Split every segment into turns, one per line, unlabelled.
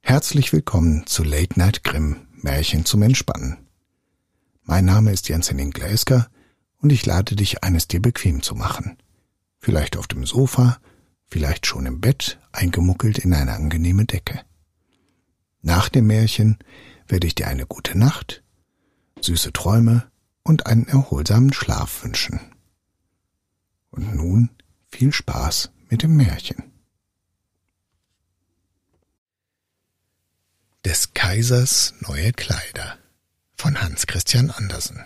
Herzlich willkommen zu Late Night Grimm, Märchen zum Entspannen. Mein Name ist Jens-Henning Gläsker und ich lade dich ein, es dir bequem zu machen. Vielleicht auf dem Sofa, vielleicht schon im Bett, eingemuckelt in eine angenehme Decke. Nach dem Märchen werde ich dir eine gute Nacht, süße Träume und einen erholsamen Schlaf wünschen. Und nun viel Spaß mit dem Märchen. Des Kaisers neue Kleider von Hans Christian Andersen.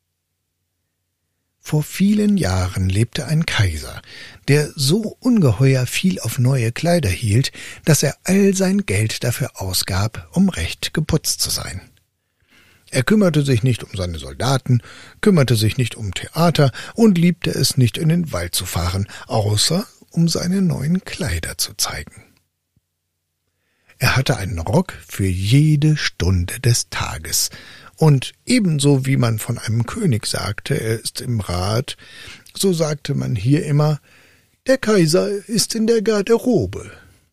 Vor vielen Jahren lebte ein Kaiser, der so ungeheuer viel auf neue Kleider hielt, dass er all sein Geld dafür ausgab, um recht geputzt zu sein. Er kümmerte sich nicht um seine Soldaten, kümmerte sich nicht um Theater und liebte es nicht, in den Wald zu fahren, außer um seine neuen Kleider zu zeigen. Er hatte einen Rock für jede Stunde des Tages, und ebenso wie man von einem König sagte, er ist im Rat, so sagte man hier immer, der Kaiser ist in der Garderobe.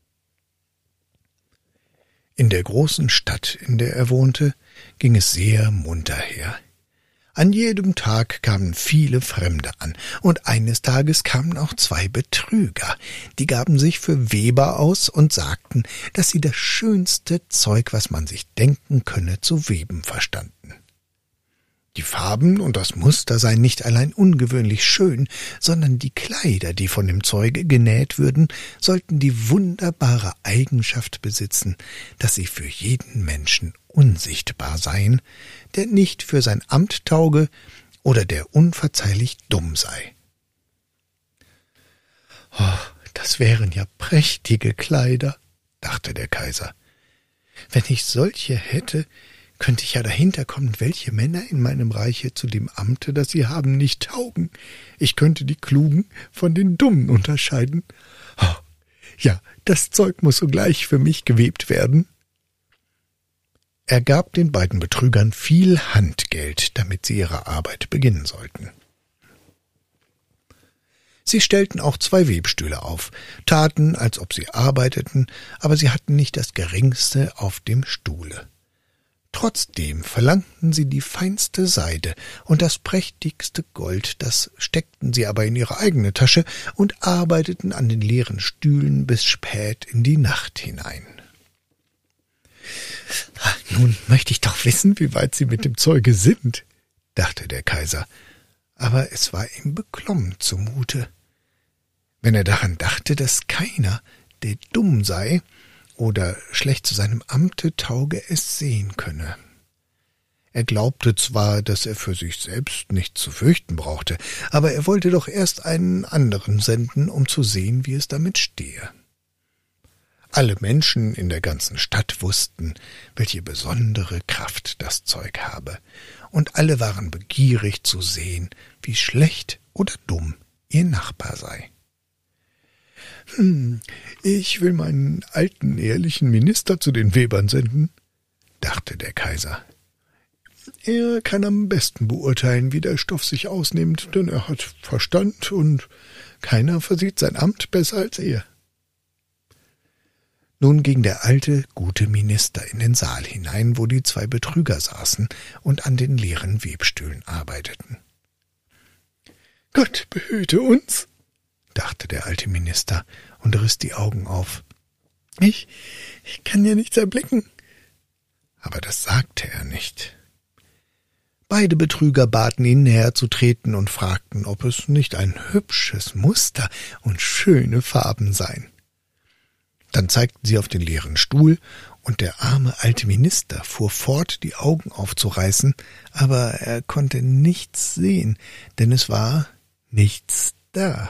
In der großen Stadt, in der er wohnte, ging es sehr munter her. An jedem Tag kamen viele Fremde an, und eines Tages kamen auch 2 Betrüger, die gaben sich für Weber aus und sagten, dass sie das schönste Zeug, was man sich denken könne, zu weben verstanden. Die Farben und das Muster seien nicht allein ungewöhnlich schön, sondern die Kleider, die von dem Zeuge genäht würden, sollten die wunderbare Eigenschaft besitzen, dass sie für jeden Menschen unsichtbar seien, der nicht für sein Amt tauge oder der unverzeihlich dumm sei. »Oh, das wären ja prächtige Kleider«, dachte der Kaiser. »Wenn ich solche hätte, könnte ich ja dahinter kommen, welche Männer in meinem Reiche zu dem Amte, das sie haben, nicht taugen. Ich könnte die Klugen von den Dummen unterscheiden. Oh, ja, das Zeug muss sogleich für mich gewebt werden.« Er gab den beiden Betrügern viel Handgeld, damit sie ihre Arbeit beginnen sollten. Sie stellten auch 2 Webstühle auf, taten, als ob sie arbeiteten, aber sie hatten nicht das Geringste auf dem Stuhle. Trotzdem verlangten sie die feinste Seide und das prächtigste Gold, das steckten sie aber in ihre eigene Tasche und arbeiteten an den leeren Stühlen bis spät in die Nacht hinein. »Nun möchte ich doch wissen, wie weit Sie mit dem Zeuge sind«, dachte der Kaiser, aber es war ihm beklommen zumute. Wenn er daran dachte, dass keiner, der dumm sei oder schlecht zu seinem Amte tauge, es sehen könne. Er glaubte zwar, dass er für sich selbst nichts zu fürchten brauchte, aber er wollte doch erst einen anderen senden, um zu sehen, wie es damit stehe. Alle Menschen in der ganzen Stadt wussten, welche besondere Kraft das Zeug habe, und alle waren begierig zu sehen, wie schlecht oder dumm ihr Nachbar sei. »Ich will meinen alten, ehrlichen Minister zu den Webern senden«, dachte der Kaiser. »Er kann am besten beurteilen, wie der Stoff sich ausnimmt, denn er hat Verstand und keiner versieht sein Amt besser als er.« Nun ging der alte, gute Minister in den Saal hinein, wo die 2 Betrüger saßen und an den leeren Webstühlen arbeiteten. »Gott behüte uns«, dachte der alte Minister und riss die Augen auf. Ich kann ja nichts erblicken.« Aber das sagte er nicht. Beide Betrüger baten ihn, näher zu treten und fragten, ob es nicht ein hübsches Muster und schöne Farben seien. Dann zeigten sie auf den leeren Stuhl, und der arme alte Minister fuhr fort, die Augen aufzureißen, aber er konnte nichts sehen, denn es war nichts da.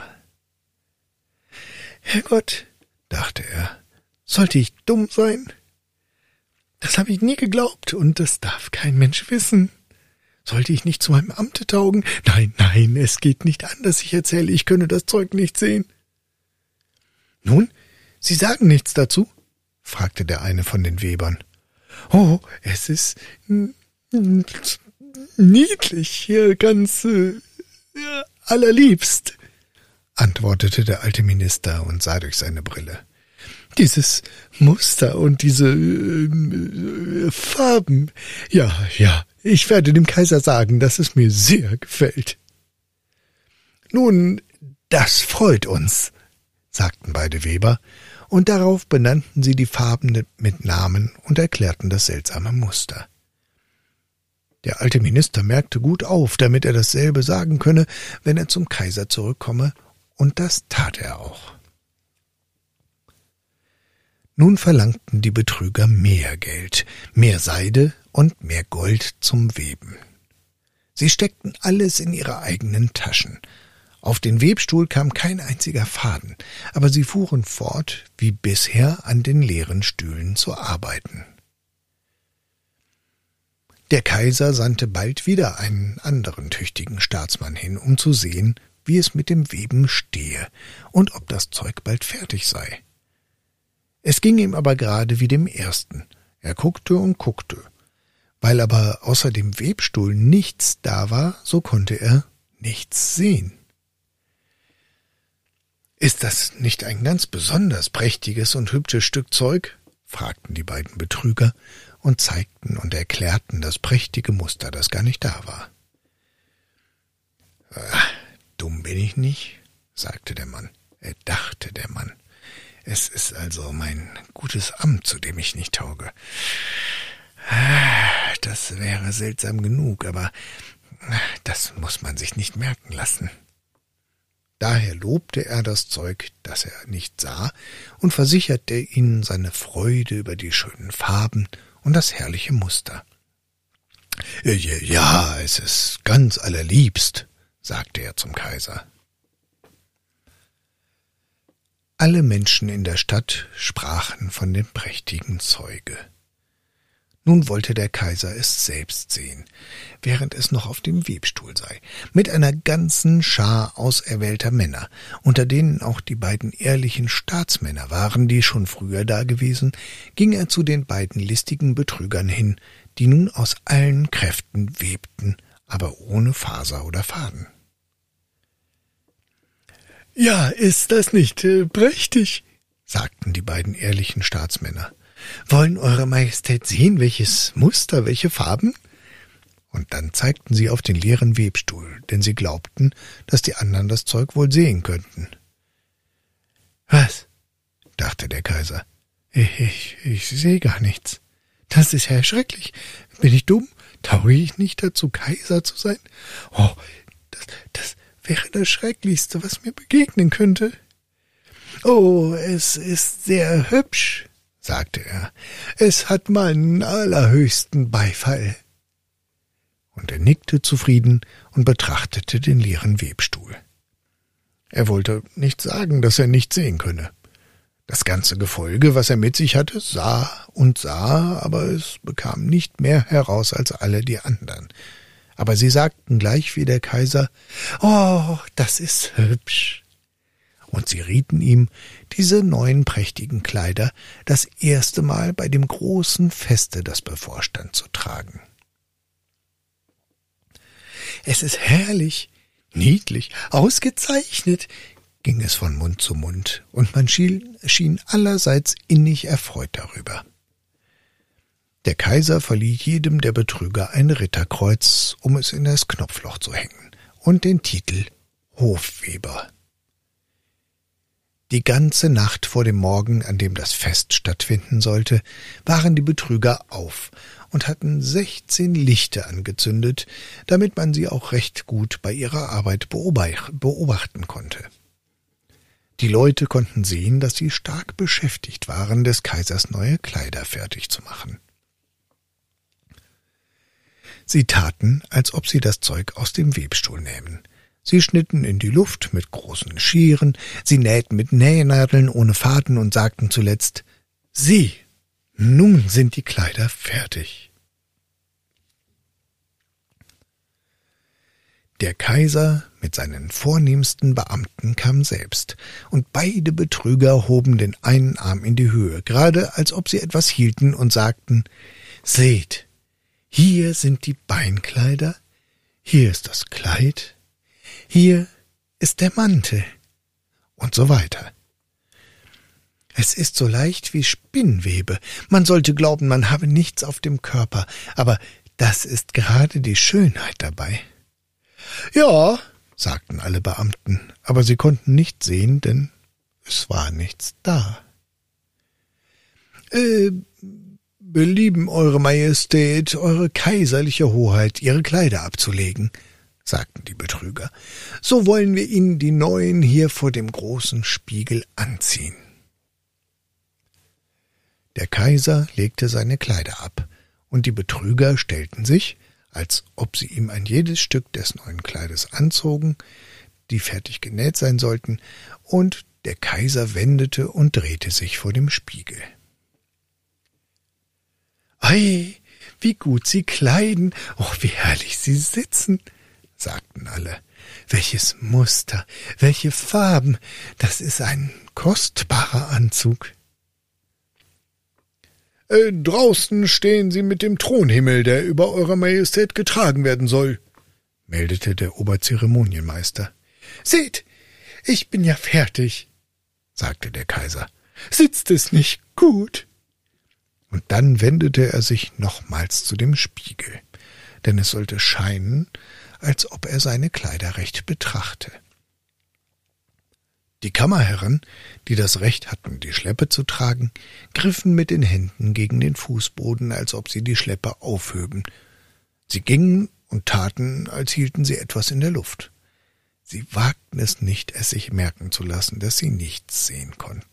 »Herrgott«, dachte er, »sollte ich dumm sein? Das habe ich nie geglaubt, und das darf kein Mensch wissen. Sollte ich nicht zu meinem Amte taugen? Nein, es geht nicht an, dass ich erzähle, ich könne das Zeug nicht sehen.« »Nun, Sie sagen nichts dazu?« fragte der eine von den Webern. »Oh, es ist niedlich, ganz allerliebst«, antwortete der alte Minister und sah durch seine Brille. dieses Muster und diese Farben. Ja, ich werde dem Kaiser sagen, dass es mir sehr gefällt. Nun, das freut uns, sagten beide Weber, und darauf benannten sie die Farben mit Namen und erklärten das seltsame Muster. Der alte Minister merkte gut auf, damit er dasselbe sagen könne, wenn er zum Kaiser zurückkomme, und das tat er auch. Nun verlangten die Betrüger mehr Geld, mehr Seide und mehr Gold zum Weben. Sie steckten alles in ihre eigenen Taschen. Auf den Webstuhl kam kein einziger Faden, aber sie fuhren fort, wie bisher an den leeren Stühlen zu arbeiten. Der Kaiser sandte bald wieder einen anderen tüchtigen Staatsmann hin, um zu sehen, wie es mit dem Weben stehe und ob das Zeug bald fertig sei. Es ging ihm aber gerade wie dem ersten. Er guckte und guckte. Weil aber außer dem Webstuhl nichts da war, so konnte er nichts sehen. »Ist das nicht ein ganz besonders prächtiges und hübsches Stück Zeug?« fragten die beiden Betrüger und zeigten und erklärten das prächtige Muster, das gar nicht da war. »Dumm bin ich nicht«, sagte der Mann. Dachte der Mann. »Es ist also mein gutes Amt, zu dem ich nicht tauge. Das wäre seltsam genug, aber das muss man sich nicht merken lassen.« Daher lobte er das Zeug, das er nicht sah, und versicherte ihnen seine Freude über die schönen Farben und das herrliche Muster. »Ja, es ist ganz allerliebst«, sagte er zum Kaiser. Alle Menschen in der Stadt sprachen von dem prächtigen Zeuge. Nun wollte der Kaiser es selbst sehen, während es noch auf dem Webstuhl sei, mit einer ganzen Schar auserwählter Männer, unter denen auch die beiden ehrlichen Staatsmänner waren, die schon früher dagewesen, ging er zu den beiden listigen Betrügern hin, die nun aus allen Kräften webten, aber ohne Faser oder Faden. »Ja, ist das nicht prächtig?« sagten die beiden ehrlichen Staatsmänner. »Wollen Eure Majestät sehen, welches Muster, welche Farben?« Und dann zeigten sie auf den leeren Webstuhl, denn sie glaubten, dass die anderen das Zeug wohl sehen könnten. »Was?« dachte der Kaiser. Ich sehe gar nichts. Das ist ja schrecklich. Bin ich dumm? Tauge ich nicht dazu, Kaiser zu sein? Oh, das wäre das Schrecklichste, was mir begegnen könnte.« »Oh, es ist sehr hübsch«, sagte er. »Es hat meinen allerhöchsten Beifall.« Und er nickte zufrieden und betrachtete den leeren Webstuhl. Er wollte nicht sagen, dass er nichts sehen könne. Das ganze Gefolge, was er mit sich hatte, sah und sah, aber es bekam nicht mehr heraus als alle die anderen. Aber sie sagten gleich wie der Kaiser, »Oh, das ist hübsch.« Und sie rieten ihm, diese neuen prächtigen Kleider das erste Mal bei dem großen Feste, das bevorstand, zu tragen. »Es ist herrlich, niedlich, ausgezeichnet«, ging es von Mund zu Mund, und man schien allerseits innig erfreut darüber. Der Kaiser verlieh jedem der Betrüger ein Ritterkreuz, um es in das Knopfloch zu hängen, und den Titel Hofweber. Die ganze Nacht vor dem Morgen, an dem das Fest stattfinden sollte, waren die Betrüger auf und hatten 16 Lichter angezündet, damit man sie auch recht gut bei ihrer Arbeit beobachten konnte. Die Leute konnten sehen, dass sie stark beschäftigt waren, des Kaisers neue Kleider fertig zu machen. Sie taten, als ob sie das Zeug aus dem Webstuhl nähmen. Sie schnitten in die Luft mit großen Scheren, sie nähten mit Nähnadeln ohne Faden und sagten zuletzt, »Sieh, nun sind die Kleider fertig.« Der Kaiser mit seinen vornehmsten Beamten kam selbst, und beide Betrüger hoben den einen Arm in die Höhe, gerade als ob sie etwas hielten, und sagten, »Seht, hier sind die Beinkleider, hier ist das Kleid, hier ist der Mantel«, und so weiter. Es ist so leicht wie Spinnwebe. Man sollte glauben, man habe nichts auf dem Körper, aber das ist gerade die Schönheit dabei. Ja, sagten alle Beamten, aber sie konnten nicht sehen, denn es war nichts da. Belieben Eure Majestät, Eure kaiserliche Hoheit, Ihre Kleider abzulegen, sagten die Betrüger. So wollen wir Ihnen die neuen hier vor dem großen Spiegel anziehen. Der Kaiser legte seine Kleider ab, und die Betrüger stellten sich, als ob sie ihm ein jedes Stück des neuen Kleides anzogen, die fertig genäht sein sollten, und der Kaiser wendete und drehte sich vor dem Spiegel. »Ei, wie gut Sie kleiden, wie herrlich Sie sitzen«, sagten alle. »Welches Muster, welche Farben, das ist ein kostbarer Anzug.« »Draußen stehen Sie mit dem Thronhimmel, der über Eurer Majestät getragen werden soll«, meldete der Oberzeremonienmeister. »Seht, ich bin ja fertig«, sagte der Kaiser. »Sitzt es nicht gut?« Und dann wendete er sich nochmals zu dem Spiegel, denn es sollte scheinen, als ob er seine Kleider recht betrachte. Die Kammerherren, die das Recht hatten, die Schleppe zu tragen, griffen mit den Händen gegen den Fußboden, als ob sie die Schleppe aufhöben. Sie gingen und taten, als hielten sie etwas in der Luft. Sie wagten es nicht, es sich merken zu lassen, dass sie nichts sehen konnten.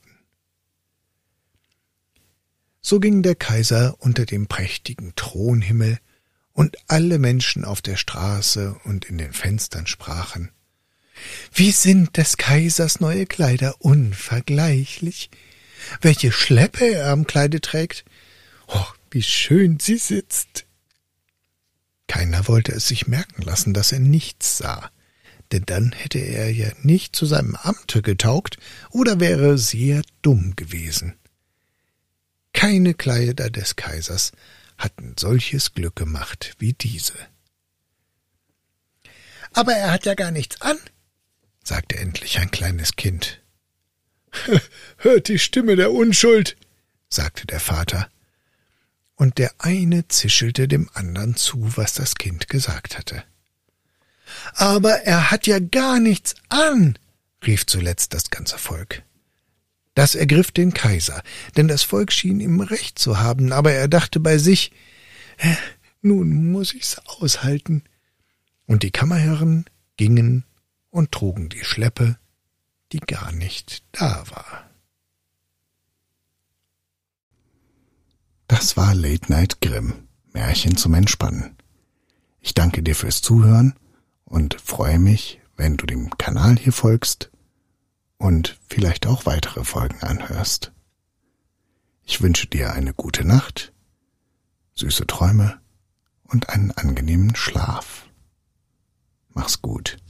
So ging der Kaiser unter dem prächtigen Thronhimmel, und alle Menschen auf der Straße und in den Fenstern sprachen: »Wie sind des Kaisers neue Kleider unvergleichlich! Welche Schleppe er am Kleide trägt! Wie schön sie sitzt!« Keiner wollte es sich merken lassen, dass er nichts sah, denn dann hätte er ja nicht zu seinem Amte getaugt oder wäre sehr dumm gewesen. Keine Kleider des Kaisers hatten solches Glück gemacht wie diese. »Aber er hat ja gar nichts an«, sagte endlich ein kleines Kind. »Hört die Stimme der Unschuld«, sagte der Vater. Und der eine zischelte dem anderen zu, was das Kind gesagt hatte. »Aber er hat ja gar nichts an«, rief zuletzt das ganze Volk. Das ergriff den Kaiser, denn das Volk schien ihm recht zu haben, aber er dachte bei sich: »Nun muß ich's aushalten.« Und die Kammerherren gingen und trugen die Schleppe, die gar nicht da war. Das war Late Night Grimm, Märchen zum Entspannen. Ich danke dir fürs Zuhören und freue mich, wenn du dem Kanal hier folgst und vielleicht auch weitere Folgen anhörst. Ich wünsche dir eine gute Nacht, süße Träume und einen angenehmen Schlaf. Mach's gut.